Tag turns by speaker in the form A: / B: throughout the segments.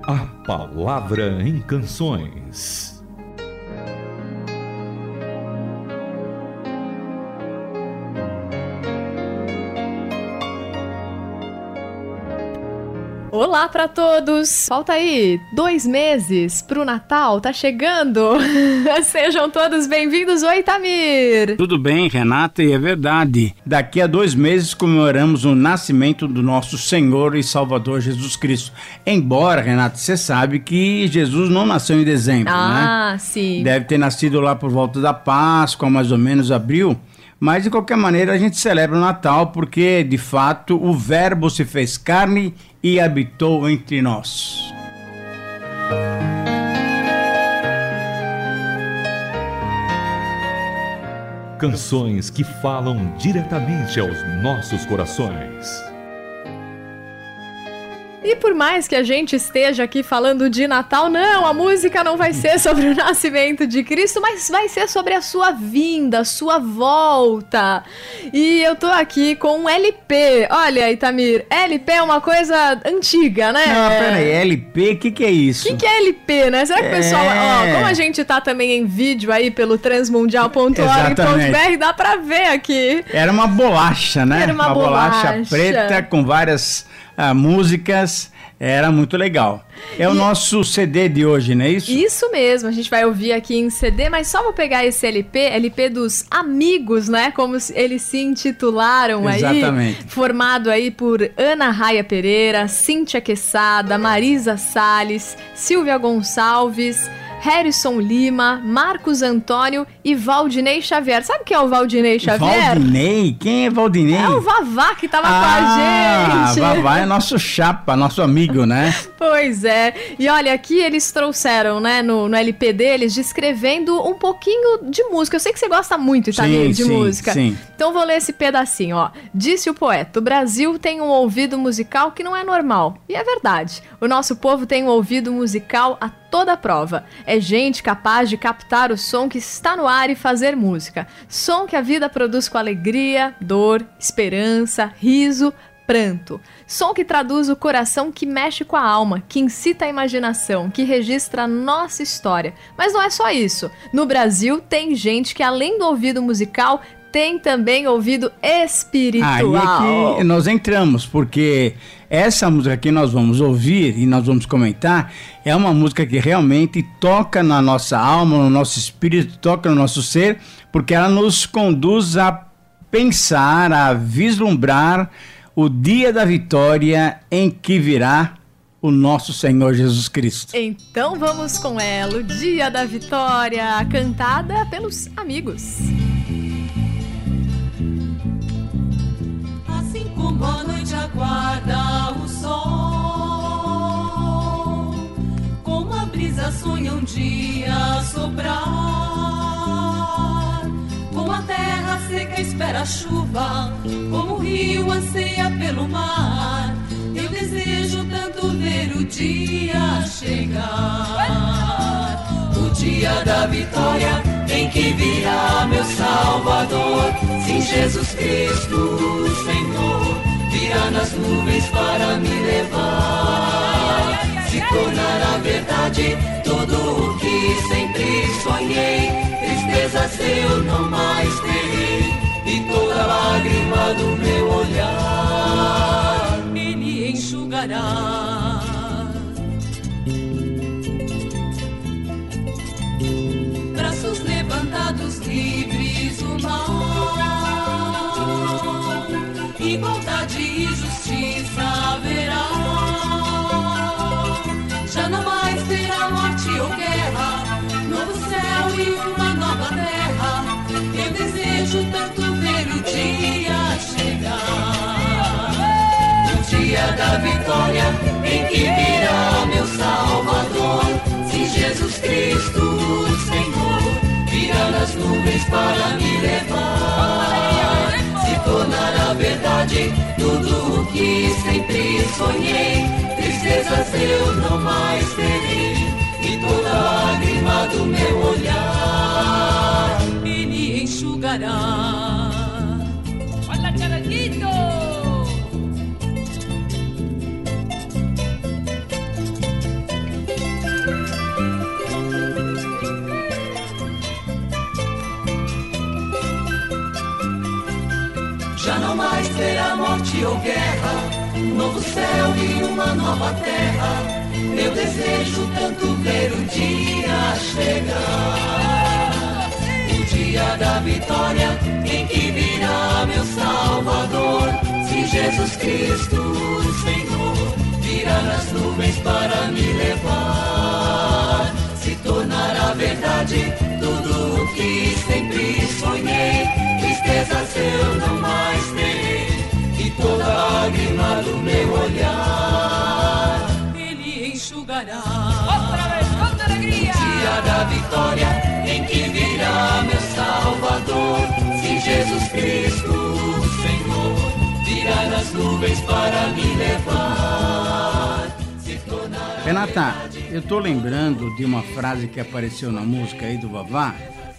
A: A Palavra em Canções.
B: Olá para todos! Falta aí 2 meses pro Natal, tá chegando! Sejam todos bem-vindos. Oi, Itamir!
C: Tudo bem, Renata, e é verdade. Daqui a 2 meses comemoramos o nascimento do nosso Senhor e Salvador Jesus Cristo. Embora, Renata, você sabe que Jesus não nasceu em dezembro, né?
B: Ah, sim.
C: Deve ter nascido lá por volta da Páscoa, mais ou menos abril. Mas, de qualquer maneira, a gente celebra o Natal porque, de fato, o Verbo se fez carne e habitou entre nós.
A: Canções que falam diretamente aos nossos corações.
B: E por mais que a gente esteja aqui falando de Natal, não, a música não vai ser sobre o nascimento de Cristo, mas vai ser sobre a sua vinda, a sua volta. E eu tô aqui com um LP. Olha, Itamir, LP é uma coisa antiga, né?
C: Não, peraí, LP, o que é isso?
B: O que é LP, né? Será que o pessoal... Ó, como a gente tá também em vídeo aí pelo transmundial.org.br, dá pra ver aqui.
C: Era uma bolacha, né?
B: Era uma
C: bolacha preta com várias... músicas, era muito legal. É o nosso CD de hoje, não é isso?
B: Isso mesmo, a gente vai ouvir aqui em CD, mas só vou pegar esse LP dos Amigos, né? Como eles se intitularam.
C: Exatamente.
B: Aí. Formado aí por Ana Raia Pereira, Cíntia Quesada, Marisa Salles, Silvia Gonçalves, Harrison Lima, Marcos Antônio e Valdinei Xavier. Sabe quem é o Valdinei Xavier?
C: Valdinei? Quem é Valdinei?
B: É o Vavá que tava com a gente.
C: Vavá é nosso chapa, nosso amigo, né?
B: Pois é. E olha, aqui eles trouxeram, né, no LP deles, descrevendo um pouquinho de música. Eu sei que você gosta muito, Itamir, de música.
C: Sim.
B: Então vou ler esse pedacinho, ó. Disse o poeta: o Brasil tem um ouvido musical que não é normal. E é verdade. O nosso povo tem um ouvido musical a toda prova. É gente capaz de captar o som que está no ar e fazer música. Som que a vida produz com alegria, dor, esperança, riso, pranto. Som que traduz o coração, que mexe com a alma, que incita a imaginação, que registra a nossa história. Mas não é só isso. No Brasil tem gente que, além do ouvido musical, tem também ouvido espiritual.
C: Aí é que nós entramos, porque essa música que nós vamos ouvir e nós vamos comentar é uma música que realmente toca na nossa alma, no nosso espírito, toca no nosso ser, porque ela nos conduz a pensar, a vislumbrar o dia da vitória em que virá o nosso Senhor Jesus Cristo.
B: Então vamos com ela, o Dia da Vitória, cantada pelos Amigos.
D: Assim como a noite aguarda o sol, como a brisa sonha um dia soprar, como a terra seca espera a chuva, como o rio anseia pelo mar, eu desejo tanto ver o dia chegar. O dia da vitória em que virá meu Salvador. Sim, Jesus Cristo, Senhor, virá nas nuvens para me levar. Se tornará verdade tudo o que sempre sonhei. Tristezas eu não mais terei, e toda lágrima do meu olhar Ele enxugará. Braços levantados, livres o mal, igualdade e justiça haverá. Já não mais terá morte ou guerra, novo céu e uma nova terra. Eu desejo tanto ver o dia chegar. O dia da vitória em que virá meu Salvador. Sim, Jesus Cristo, Senhor, virá nas nuvens para me levar. Se tornará verdade tudo o que sempre ou guerra, um novo céu e uma nova terra. Eu desejo tanto ver o dia chegar, o dia da vitória em que virá meu Salvador. Se Jesus Cristo, o Senhor, virá nas nuvens para me levar, se tornará verdade tudo o que sempre sonhei. Tristezas eu não mais terei, e toda lágrima do meu olhar Ele enxugará. Outra vez, com alegria! O dia da vitória em que virá meu Salvador. Se Jesus Cristo, o Senhor, virá nas nuvens para me levar, se tornará.
C: Renata, eu tô lembrando de uma frase que apareceu na música aí do Vavá,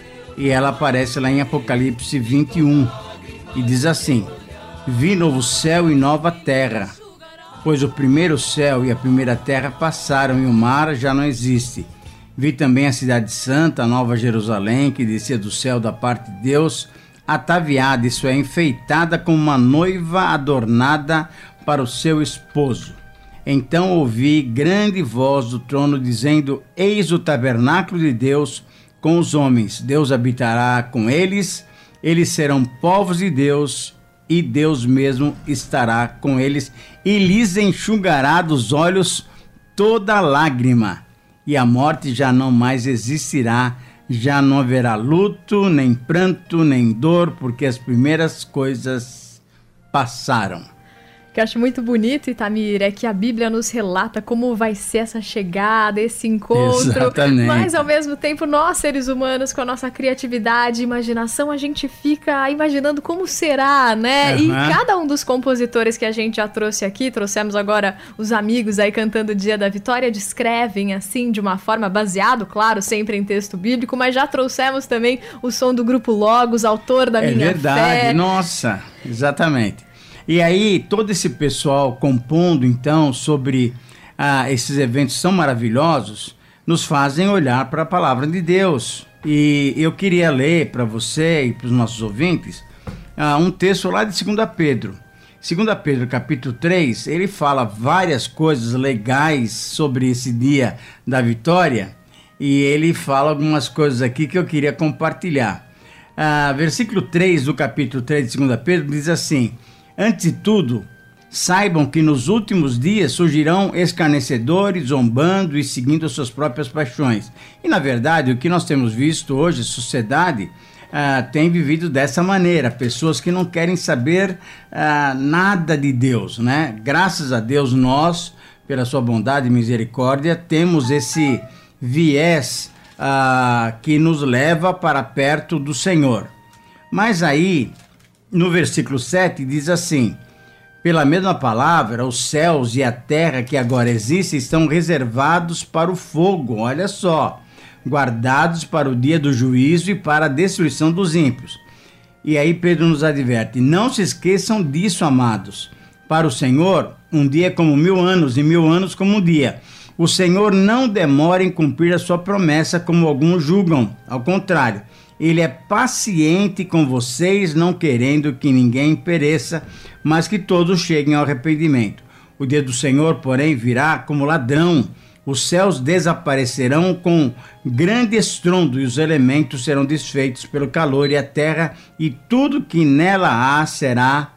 C: e ela aparece lá em Apocalipse 21, e diz assim: vi novo céu e nova terra, pois o primeiro céu e a primeira terra passaram e o mar já não existe. Vi também a cidade santa, a nova Jerusalém, que descia do céu da parte de Deus, ataviada, isso é, enfeitada como uma noiva adornada para o seu esposo. Então ouvi grande voz do trono dizendo: eis o tabernáculo de Deus com os homens. Deus habitará com eles, eles serão povos de Deus, e Deus mesmo estará com eles, e lhes enxugará dos olhos toda lágrima, e a morte já não mais existirá, já não haverá luto, nem pranto, nem dor, porque as primeiras coisas passaram.
B: O que eu acho muito bonito, Itamir, é que a Bíblia nos relata como vai ser essa chegada, esse encontro.
C: Exatamente.
B: Mas, ao mesmo tempo, nós, seres humanos, com a nossa criatividade e imaginação, a gente fica imaginando como será, né?
C: Uhum.
B: E cada um dos compositores que a gente já trouxe aqui, trouxemos agora os amigos aí cantando o Dia da Vitória, descrevem, assim, de uma forma baseado, claro, sempre em texto bíblico, mas já trouxemos também o som do Grupo Logos, autor da Minha Fé.
C: É verdade, nossa, exatamente. E aí, todo esse pessoal compondo, então, sobre esses eventos tão maravilhosos, nos fazem olhar para a palavra de Deus. E eu queria ler para você e para os nossos ouvintes um texto lá de 2 Pedro. 2 Pedro, capítulo 3, ele fala várias coisas legais sobre esse dia da vitória, e ele fala algumas coisas aqui que eu queria compartilhar. Versículo 3 do capítulo 3 de 2 Pedro diz assim: antes de tudo, saibam que nos últimos dias surgirão escarnecedores, zombando e seguindo as suas próprias paixões. E, na verdade, o que nós temos visto hoje, a sociedade tem vivido dessa maneira. Pessoas que não querem saber nada de Deus, né? Graças a Deus, nós, pela sua bondade e misericórdia, temos esse viés que nos leva para perto do Senhor. Mas aí, no versículo 7 diz assim: pela mesma palavra, os céus e a terra que agora existem estão reservados para o fogo, olha só, guardados para o dia do juízo e para a destruição dos ímpios. E aí Pedro nos adverte: não se esqueçam disso, amados. Para o Senhor, um dia é como 1000 anos e 1000 anos como um dia. O Senhor não demora em cumprir a sua promessa, como alguns julgam. Ao contrário, Ele é paciente com vocês, não querendo que ninguém pereça, mas que todos cheguem ao arrependimento. O dia do Senhor, porém, virá como ladrão. Os céus desaparecerão com grande estrondo e os elementos serão desfeitos pelo calor, e a terra e tudo que nela há será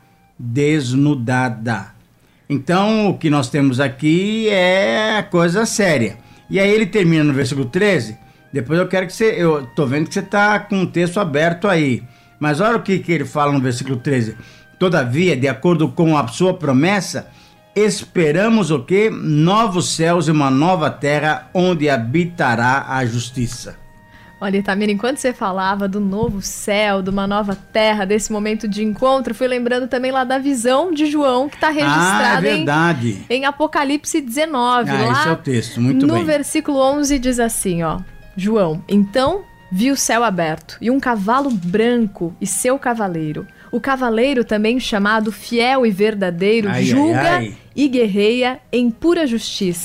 C: desnudada. Então, o que nós temos aqui é coisa séria. E aí ele termina no versículo 13... Depois eu quero que você... Eu tô vendo que você tá com o texto aberto aí. Mas olha o que ele fala no versículo 13. Todavia, de acordo com a sua promessa, esperamos o quê? Novos céus e uma nova terra onde habitará a justiça.
B: Olha, Itamir, enquanto você falava do novo céu, de uma nova terra, desse momento de encontro, fui lembrando também lá da visão de João, que está registrada em Apocalipse 19. Lá,
C: esse é o texto, muito bem.
B: No versículo 11 diz assim, ó: João, então vi o céu aberto e um cavalo branco e seu cavaleiro. O cavaleiro, também chamado Fiel e Verdadeiro, julga e guerreia em pura justiça.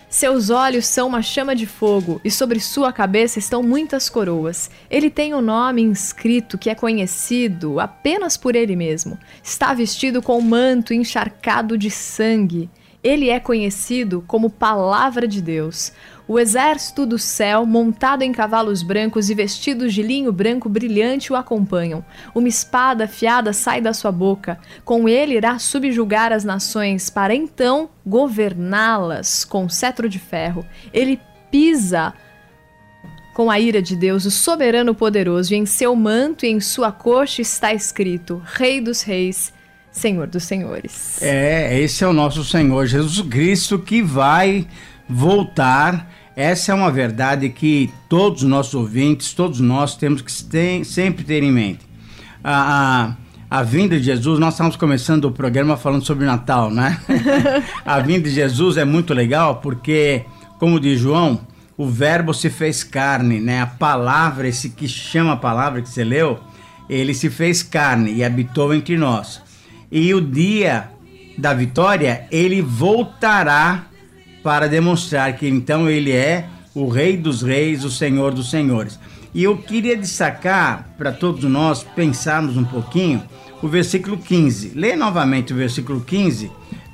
B: Seus olhos são uma chama de fogo e sobre sua cabeça estão muitas coroas. Ele tem um nome inscrito que é conhecido apenas por ele mesmo. Está vestido com um manto encharcado de sangue. Ele é conhecido como Palavra de Deus. O exército do céu, montado em cavalos brancos e vestidos de linho branco brilhante, o acompanham. Uma espada afiada sai da sua boca. Com ele irá subjugar as nações, para então governá-las com cetro de ferro. Ele pisa com a ira de Deus, o soberano poderoso, e em seu manto e em sua coxa está escrito: Rei dos Reis, Senhor dos Senhores.
C: Esse é o nosso Senhor Jesus Cristo que vai voltar. Essa é uma verdade que todos os nossos ouvintes, todos nós temos que sempre ter em mente. A vinda de Jesus, nós estamos começando o programa falando sobre Natal, né? A vinda de Jesus é muito legal porque, como diz João, o verbo se fez carne, né? A palavra, esse que chama a palavra que você leu, ele se fez carne e habitou entre nós. E o dia da vitória, ele voltará para demonstrar que então ele é o Rei dos Reis, o Senhor dos Senhores. E eu queria destacar para todos nós pensarmos um pouquinho o versículo 15. Lê novamente o versículo 15.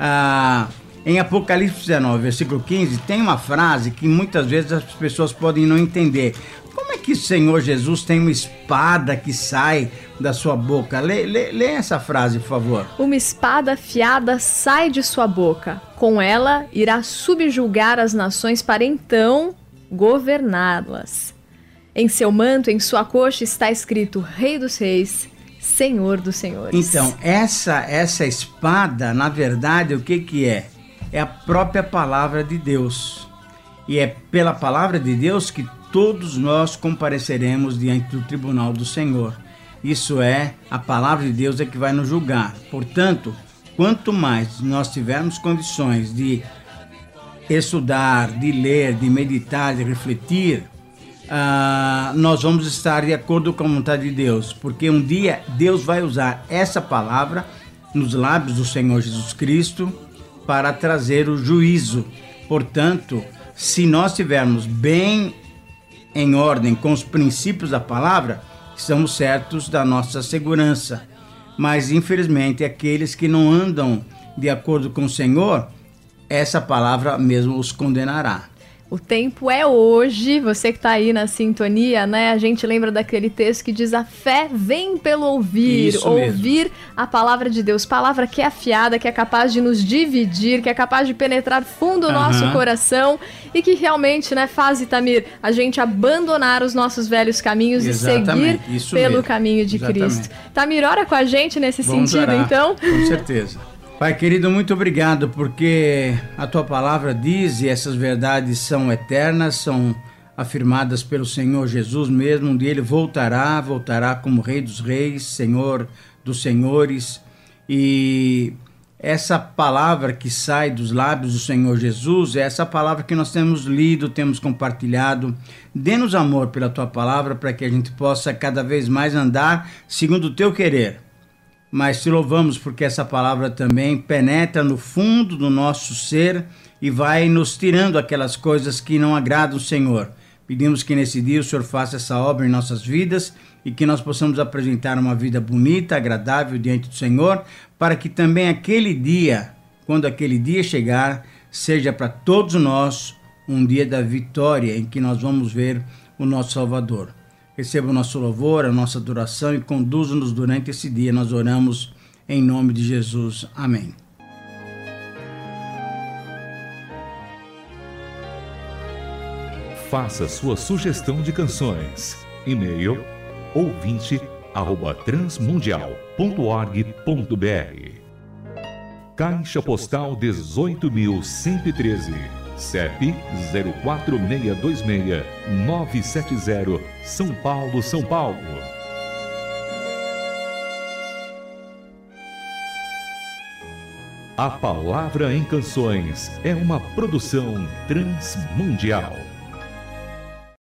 C: Em Apocalipse 19, versículo 15, tem uma frase que muitas vezes as pessoas podem não entender. Como é que o Senhor Jesus tem uma espada que sai da sua boca? Lê essa frase, por favor.
B: Uma espada afiada sai de sua boca. Com ela irá subjugar as nações para então governá-las. Em seu manto, em sua coxa, está escrito: Rei dos Reis, Senhor dos Senhores.
C: Então, essa espada, na verdade, o que é? É a própria palavra de Deus. E é pela palavra de Deus que todos nós compareceremos diante do tribunal do Senhor. Isso é, a palavra de Deus é que vai nos julgar. Portanto, quanto mais nós tivermos condições de estudar, de ler, de meditar, de refletir, nós vamos estar de acordo com a vontade de Deus. Porque um dia Deus vai usar essa palavra nos lábios do Senhor Jesus Cristo para trazer o juízo. Portanto, se nós estivermos bem em ordem com os princípios da palavra, estamos certos da nossa segurança. Mas, infelizmente, aqueles que não andam de acordo com o Senhor, essa palavra mesmo os condenará.
B: O tempo é hoje, você que está aí na sintonia, né? A gente lembra daquele texto que diz: a fé vem pelo ouvir.
C: Isso
B: ouvir
C: mesmo.
B: A palavra de Deus, palavra que é afiada, que é capaz de nos dividir, que é capaz de penetrar fundo o nosso coração e que realmente, né, faz, Itamir, a gente abandonar os nossos velhos caminhos.
C: Exatamente,
B: e seguir
C: isso
B: pelo
C: mesmo.
B: caminho de
C: Exatamente.
B: Cristo. Itamir, ora com a gente nesse
C: Vamos
B: sentido,
C: orar,
B: então?
C: Com certeza. Pai querido, muito obrigado, porque a tua palavra diz, e essas verdades são eternas, são afirmadas pelo Senhor Jesus mesmo. Um dia ele voltará como Rei dos Reis, Senhor dos Senhores. E essa palavra que sai dos lábios do Senhor Jesus é essa palavra que nós temos lido, temos compartilhado. Dê-nos amor pela tua palavra, para que a gente possa cada vez mais andar segundo o teu querer. Mas te louvamos porque essa palavra também penetra no fundo do nosso ser e vai nos tirando aquelas coisas que não agradam o Senhor. Pedimos que nesse dia o Senhor faça essa obra em nossas vidas e que nós possamos apresentar uma vida bonita, agradável diante do Senhor, para que também aquele dia, quando aquele dia chegar, seja para todos nós um dia da vitória em que nós vamos ver o nosso Salvador. Receba o nosso louvor, a nossa adoração e conduza-nos durante esse dia. Nós oramos em nome de Jesus. Amém.
A: Faça sua sugestão de canções. E-mail ouvinte@transmundial.org.br. Caixa Postal 18.113. CEP 04626970, São Paulo, São Paulo. A Palavra em Canções é uma produção transmundial.